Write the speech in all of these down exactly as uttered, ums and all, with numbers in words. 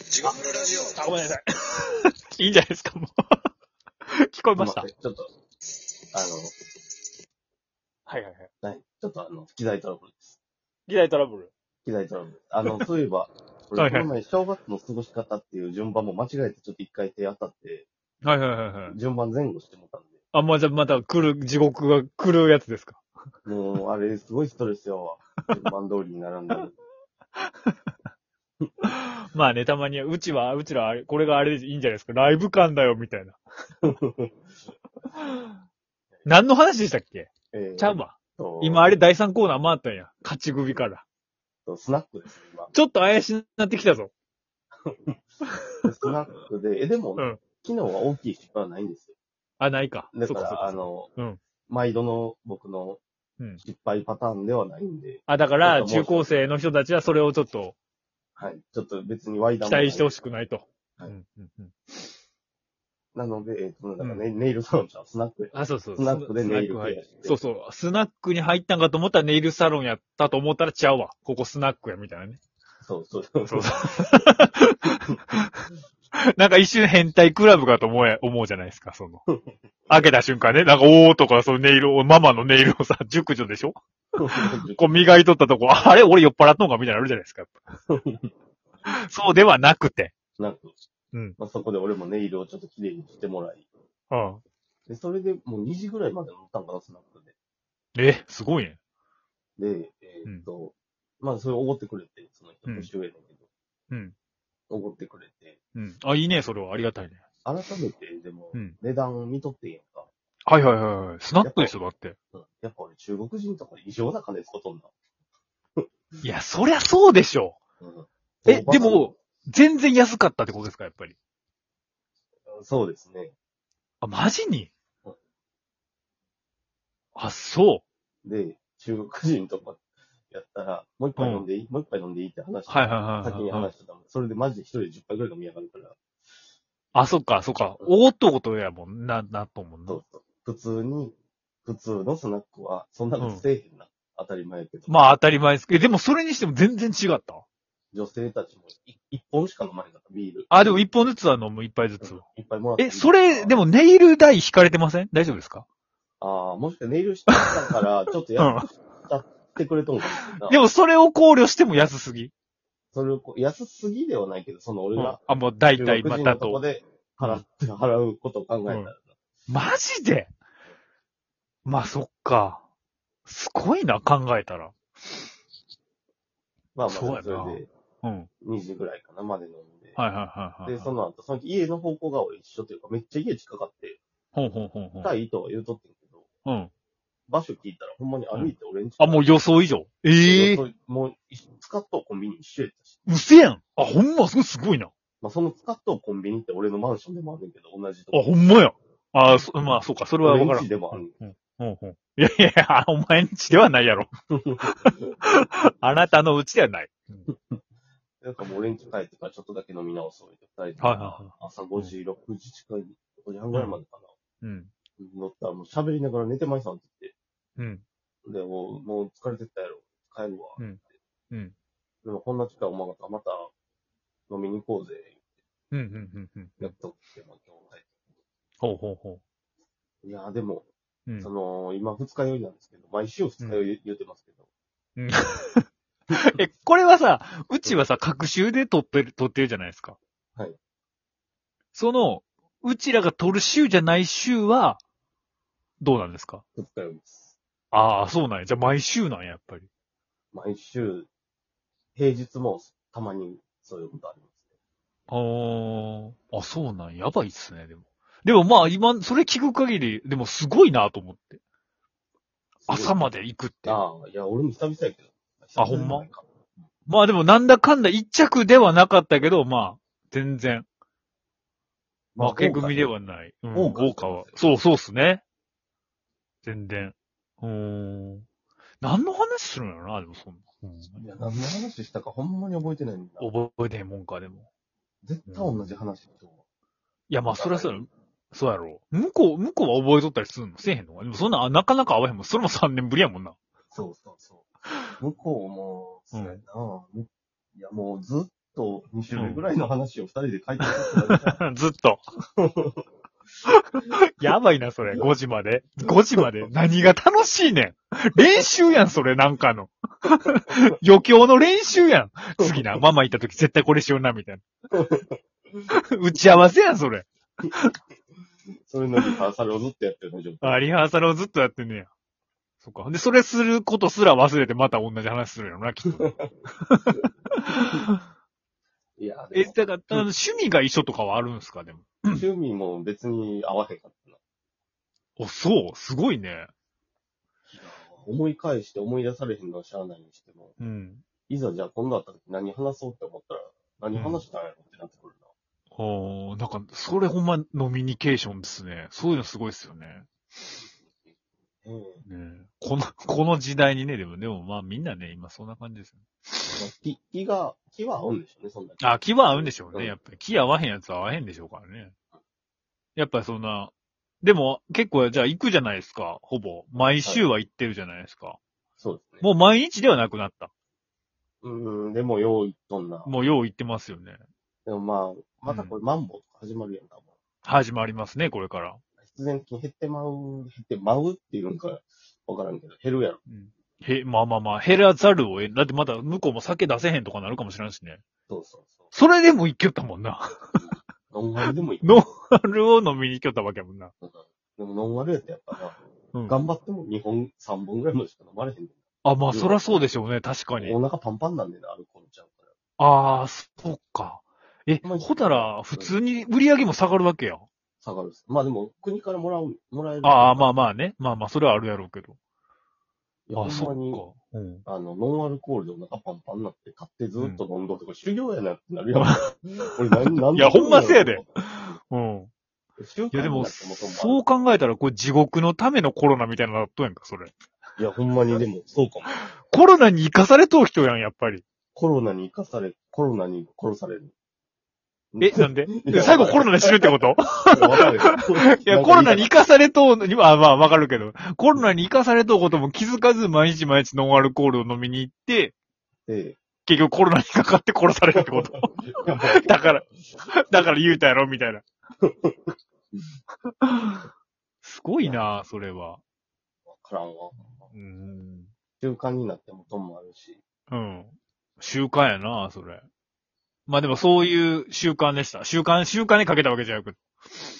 地獄のラジオ。 あ、ごめんなさい。いいんじゃないですか、もう。聞こえました。 ちょっと、あの、 はいはいはい。 はい。ちょっとあの、機材トラブルです。 議題トラブル。 機材トラブル。あの、そういえば、こはいはいれこの前、正月の過ごし方っていう順番も間違えてちょっと一回手当たって、 はいはいはいはい。 順番前後してもたんで、 あ、まあ、じゃあまた来る、地獄が来るやつですか。 もう、あれ、すごいストレスよ。順番通りに並んでる。 まあね、たまには、うちは、うちらあれ、これがあれでいいんじゃないですか。ライブ感だよ、みたいな。何の話でしたっけ？ えーちゃうわ。 と今あれだいさんコーナー回ったんや。勝ち組から。 とスナックです、今。 ちょっと怪しになってきたぞ。 でスナックで、え、でも、 うん。 昨日は大きい失敗はないんですよ。 あ、ないか。 だから、 そっかそっか。 あの、 うん。 毎度の僕のうん。 失敗パターンではないんで、 あ、だから、 ちょっと申し訳中高生の人たちはそれをちょっとはい。ちょっと別にワイダ期ンもない待してほしくないと。 はいうんうんうん。 なので、えっ、と、なんだかうね、ネイルサロンじゃん、スナックや。 あ、そうそう。 スナックでネイルスナック入っケアしてそうそう。スナックに入ったんかと思ったらネイルサロンやったと思ったらちゃうわ。ここスナックや、みたいなね。 そうそうそう。 そうそう。なんか一瞬変態クラブかと思え、思うじゃないですか、その。開けた瞬間ね。なんか、おーとか、そのネイルを、ママのネイルをさ、熟女でしょこう磨いとったとこ、あれ俺酔っ払っとんかみたいなのあるじゃないですか。そうではなくて。 なんか、 うん。 まあ、そこで俺もネイルをちょっと綺麗にしてもらい。 うん。 で、それでもうにじぐらいまで乗ったんかな、スナックえ、すごいね。 で。で、えっ、と、まあ、それおごってくれて、その人うん年上だけど、 うん。 おごってくれて。 うん。あ、いいね、それは。ありがたいね。 改めて、でも、 うん値段見とってんやんか。 はいはいはいはい。スナックですよ、だって。 うん。やっぱ俺中国人とか異常な金使うとんな。 いや、そりゃそうでしょ。 うん。 え、でも、全然安かったってことですか、やっぱり。 そうですね。 あ、マジにうんあ、そで、中国人とかやったら、もう一杯飲んでいい、もう一杯飲んでいいって話して、 はいはいはいはい先に話してたもん。それでマジで一人でじゅっぱいぐらい飲み上がるから。 あ、そっか、そっか。おごっとことやもんな、なと思うな。 そうそう。普通に、普通のスナックは、そんなことせえへんな。当たり前やけど。 まあ当たり前ですけど、えでもそれにしても全然違った。 女性たちもい一本しか飲まれなかった、ビール。 あ、でも一本ずつは飲む、一杯ずつ。 いっぱいもらっていいえ、それ、でもネイル代引かれてません？大丈夫ですか？ ああ、もしかネイルしてたから、ちょっと安くしたってくれとんかもしれんな。 でもそれを考慮しても安すぎ。 それをこう、安すぎではないけど、その俺うんが、 あ、もう大体中国人またと。 のとこで払って、払うことを考えたらな。 マジでまあそっか。すごいな、考えたら。 まあまあ、 そうやなそれで、 うん。 にじぐらいかな、まで飲んで。 はいはいはいはい。 で、その後、その家の方向が俺一緒というか、めっちゃ家近かって、 ほんほんほんほん。 近いとは言うとってんけど、 うん。 場所聞いたらほんまに歩いて俺んち。 あ、もう予想以上。ええー。 そうもう、使っとうコンビニ一緒やったし。 うせやん。あ、ほんま、すごいすごいな。 まあ、その使っとうコンビニって俺のマンションでもあるんけど、同じとあ、 こ。 ほんまや。あ、そまあ、そうか、それはわからん。 俺んちでもあるんうん、うん、うん。いやいやいや、お前んちではないやろ。あなたのうちではない。 なんかもう俺んち帰ってからちょっとだけ飲み直そうって、二人で。 はいはいはい朝ごじ、ろくじ近い、ごじはんぐらいまでかな。 うん。 乗ったらもう喋りながら寝てまいさんってうん。 言って。で、もう、もう疲れてったやろ。帰るわ。 うん。うん。 でもこんな時間おまがまた飲みに行こうぜ。 うん。うん。うん。うん。 やっとって、まあ今日帰って。 ほうほうほいやーでも、 う。うんそ。の、今二日酔いなんですけど、毎週二日酔い言ってますけど。 うんえ、これはさ、うちはさ、各週で撮ってる、撮ってるじゃないですか。 はい。 その、うちらが撮る週じゃない週は、どうなんですか？ 二日酔いです。 ああ、そうなんや。じゃあ毎週なんや、やっぱり。 毎週、平日もたまにそういうことありますね。 ああ、あ、そうなんや。やばいっすね、でも。でもまあ今、それ聞く限り、でもすごいなと思って。朝まで行くって。 ああ、いや、俺も久々やけど。 あほんま久々じゃないかまあでもなんだかんだ一着ではなかったけど、まあ、全然。 まあ負け組ではない。うん、 謳歌豪華は。そうそうっすね。全然。うーん。何の話するんやろな、でもそんな。うん、 いや、何の話したかほんまに覚えてないんだ。 覚えてへんもんか、でも。 絶対同じ話しとうわ。 いや、まあ、そりゃそうやろ。そうやろ。向こう、向こうは覚えとったりするのせえへんのかでもそんな、なかなか会わへんもん。それもさんねんぶりやもんな。 そうそうそう。向こうも、そうやな、いや、もうずっとに種類ぐらいの話を二人で書いてる、 うん、ずっと。やばいな、それ。ごじまで。ごじまで。何が楽しいねん。練習やん、それ、なんかの。余興の練習やん。次な、ママ行った時絶対これしような、みたいな。打ち合わせやん、それ。 それのリハーサルをずっとやってるの状態。 あ、リハーサルをずっとやってんねや。そっか。で、それすることすら忘れてまた同じ話するよな、きっと。 いや、 え、 でもだから、あの趣味が一緒とかはあるんすか、でも。 趣味も別に合わへんかったな。 お、そう、すごいね。 いや思い返して思い出されへんのはしゃあないにしても、 うん。 いざじゃあ今度会った時何話そうって思ったら、何話したんやろってなってくるな。 おー、なんか、それほんまノミニケーションですね。そういうのすごいですよね。 ええねえこの、この時代にね、でも、でもまあみんなね、今そんな感じですよね。 まあ気、気が、気は合うんでしょうね、そんなに。 あ、気は合うんでしょうね。 うんやっぱり気合わへんやつは合わへんでしょうからね。やっぱりそんな、でも結構じゃあ行くじゃないですか、ほぼ。毎週は行ってるじゃないですか。 そうですね。 もう毎日ではなくなった。 うーん、でもよう言っとんな。 もうよう行ってますよね。 でもまあ、またこれマンボウとか始まるやんか、も始まりますね、これから。 う。必然的に減ってまう、減ってまうっていうのかわからんけど、減るやろ。 うん。へ、まあまあまあ、減らざるを得ん。だってまだ向こうも酒出せへんとかなるかもしれんしね。 そうそうそそれでも行きよったもんな。 う。ノンアルでもいい。 ノンアルを飲みに行きよったわけやもんな。 でもノンアルやったらやっぱな、 うん。 頑張ってもにほん、さんぼんぐらいまでしか飲まれへんねん。 あ、まあそらそうでしょうね、確かに。 お腹パンパンなんでな、アルコールちゃうから。 ああ、そうか。え、 まあほたら、普通に売り上げも下がるわけや。 下がるっす。まあでも、国からもらう、もらえる。 ああ、まあまあね。まあまあ、それはあるやろうけど。 いや、 あ、そほんまに、 っか。うん。 あの、ノンアルコールでお腹パンパンになって買ってずっと飲んどとか、修行やなってなるやん。俺何、何いやほんませやで。うん。 習慣いやでも、 になってもともそう考えたら、これ地獄のためのコロナみたいなのなっとんやんか、それ。 いや、ほんまにでも、そうかも。 コロナに生かされとう人やん、やっぱり。 コロナに生かされ、コロナに殺される。 え、なんでいや最後コロナで死ぬってことわかるいや、コロナに生かされとうのには、まあわかるけど、コロナに生かされとうことも気づかず毎日毎日ノンアルコールを飲みに行って、 で、 結局コロナにかかって殺されるってことだから、だから言うたやろみたいな。すごいなそれは。 わからんわ。 うん。 習慣になってもともあるし。 うん。習慣やなそれ。まあでもそういう習慣でした。習慣、習慣にかけたわけじゃなくて。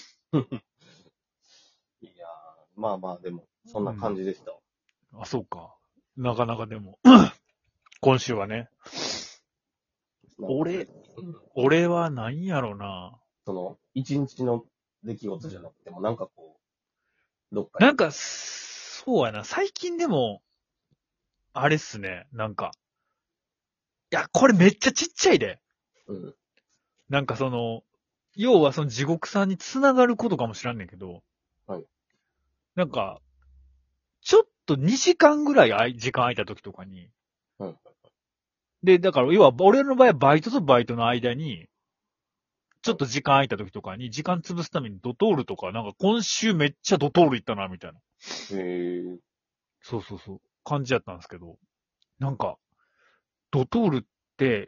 いやー、まあまあでも、そんな感じでした。 あ、そうか。なかなかでも。今週はね。俺、 うん俺は何やろな。 その、一日の出来事じゃなくても、なんかこう、どっかなんか、そうやな。最近でも、あれっすね。なんか。いや、これめっちゃちっちゃいで。 うん。 なんかその、要はその地獄さんにつながることかもしらんねんけど。 はい。 なんか、ちょっとにじかんぐらいあい時間空いた時とかに。 はい。 で、だから、要は、俺の場合はバイトとバイトの間に、ちょっと時間空いた時とかに、時間潰すためにドトールとか、なんか今週めっちゃドトール行ったな、みたいな。 へー。 そうそうそう。感じやったんですけど。なんか、ドトールって、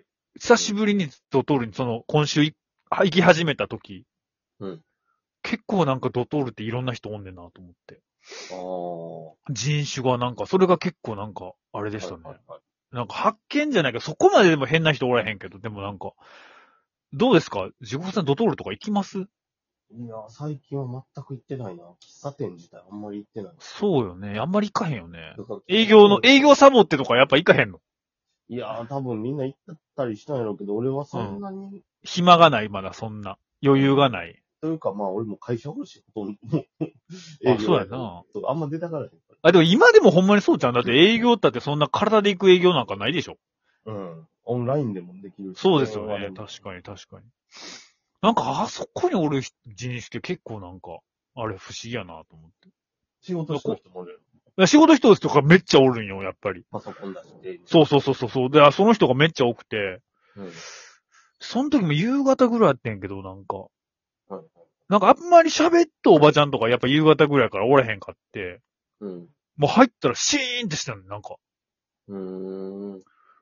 久しぶりにドトールにその、今週い行き始めた時。 うん。 結構なんかドトールっていろんな人おんねんなと思って。 あー。 人種がなんか、それが結構なんか、あれでしたね。 はいはいはいなんか発見じゃないけど、そこまででも変な人おらへんけど、でもなんか、どうですか地獄さんドトールとか行きますいや、最近は全く行ってないな。喫茶店自体あんまり行ってない。 そうよね。あんまり行かへんよね。 だから営業の、営業サボってとかやっぱ行かへんのいやー、多分みんな行ったりしたんやろうけど、俺はそんなに、 暇がない、まだそんな。余裕がない。 というかまあ俺も会社おるし、ほとんど。 あそうやな。 そうあんま出たからへん。 あ、でも今でもほんまにそうちゃん。だって営業ったってそんな体で行く営業なんかないでしょ。 うん。オンラインでもできるし。 そうですよね。 電話でも確かに確かに。なんか、あそこにおる人種って結構なんか、あれ不思議やなと思って。 仕事してる人もおるやろ。 いや仕事人とかめっちゃおるんよ、やっぱり。 パソコン出して。 そうそうそうそうそう。で、あその人がめっちゃ多くて、 うん。 その時も夕方ぐらいやってんけど、なんか、 はい。 なんかあんまり喋ったおばちゃんとかやっぱ夕方ぐらいからおらへんかって、 うん。 もう入ったらシーンってしてたの、なんか。 うーん。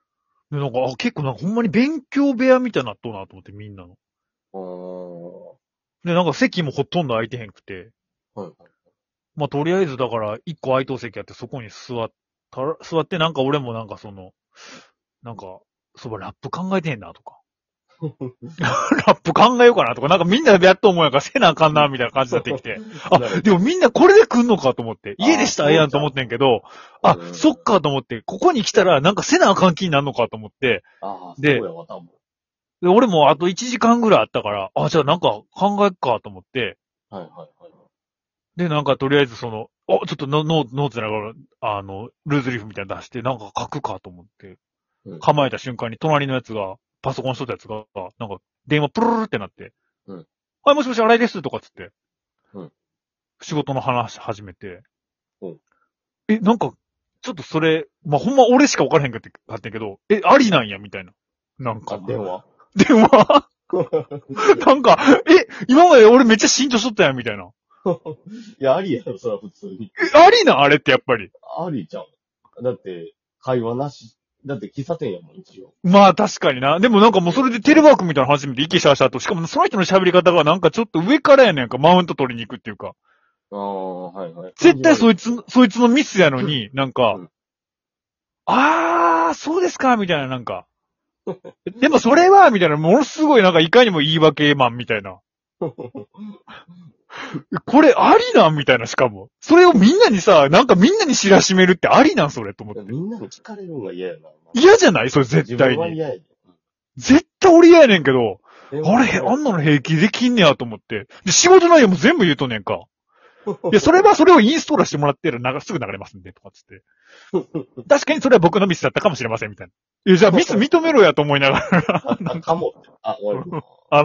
で、なんか、あ、結構なんかほんまに勉強部屋みたいになっとうなと思って、みんなの。 ああ。はで、なんか席もほとんど空いてへんくて。 いはい。 まあ、とりあえずだから、一個空いとう席あってそこに座ったら、座ってなんか俺もなんかその、なんか、そうばラップ考えてへんなとか。ラップ考えようかなとか、なんかみんなでやっと思うやんか、せなあかんな、みたいな感じになってきて。あ、でもみんなこれで来んのかと思って。家でしたらええやんと思ってんけど、あ、 うんそっかと思って、ここに来たらなんかせなあかん気になるのかと思って、 ああ、そうでやわ、多分。 で俺もあといちじかんぐらいあったから、あ、じゃあなんか考えっかと思って、 はいはいはい。 で、なんかとりあえずその、お、ちょっとノノーノーツながら、あの、ルーズリーフみたいなの出して、なんか書くかと思って、 うん構えた瞬間に隣のやつが、パソコンしとったやつが、なんか電話プルルルってなって、 うんはい、もしもし、新井ですとかっつって、 うん仕事の話始めて、 うんえ、なんか、ちょっとそれ、まあ、ほんま俺しか分からへんかって、かってんけど、え、ありなんや、みたいな。なんあ、 か、 電話電話なんか、え、今まで俺めっちゃ慎重しとったやん、みたいな。 いや、ありやろ、それは普通に。 え、ありなんあれってやっぱり。 ありじゃん。だって、会話なし。だって喫茶店やもん、一応。 まあ確かにな。でもなんかもうそれでテレワークみたいなの初めてイケシャーシャーと、しかもその人の喋り方がなんかちょっと上からやねんか、マウント取りに行くっていうか。 ああ、はいはい。 絶対そいつ。 つ、そいつのミスやのに、なんか、 うんあー、そうですか、みたいななんか。でもそれは、みたいな、ものすごいなんかいかにも言い訳マンみたいな。これありなんみたいな、しかも。それをみんなにさ、なんかみんなに知らしめるってありなんそれと思って。 みんなに聞かれるのが嫌やな。 嫌じゃないそれ絶自対に。 分は嫌やで。 絶対俺嫌やねんけど、 うんあれ、あんなの平気できんねやと思って。で、仕事内容も全部言うとんねんか。いや、それはそれをインストールしてもらってるら、すぐ流れますんで、とかつって。確かにそれは僕のミスだったかもしれません、みたいな。いや、じゃあミス認めろやと思いながら。 あ、かもって。あ、終わる。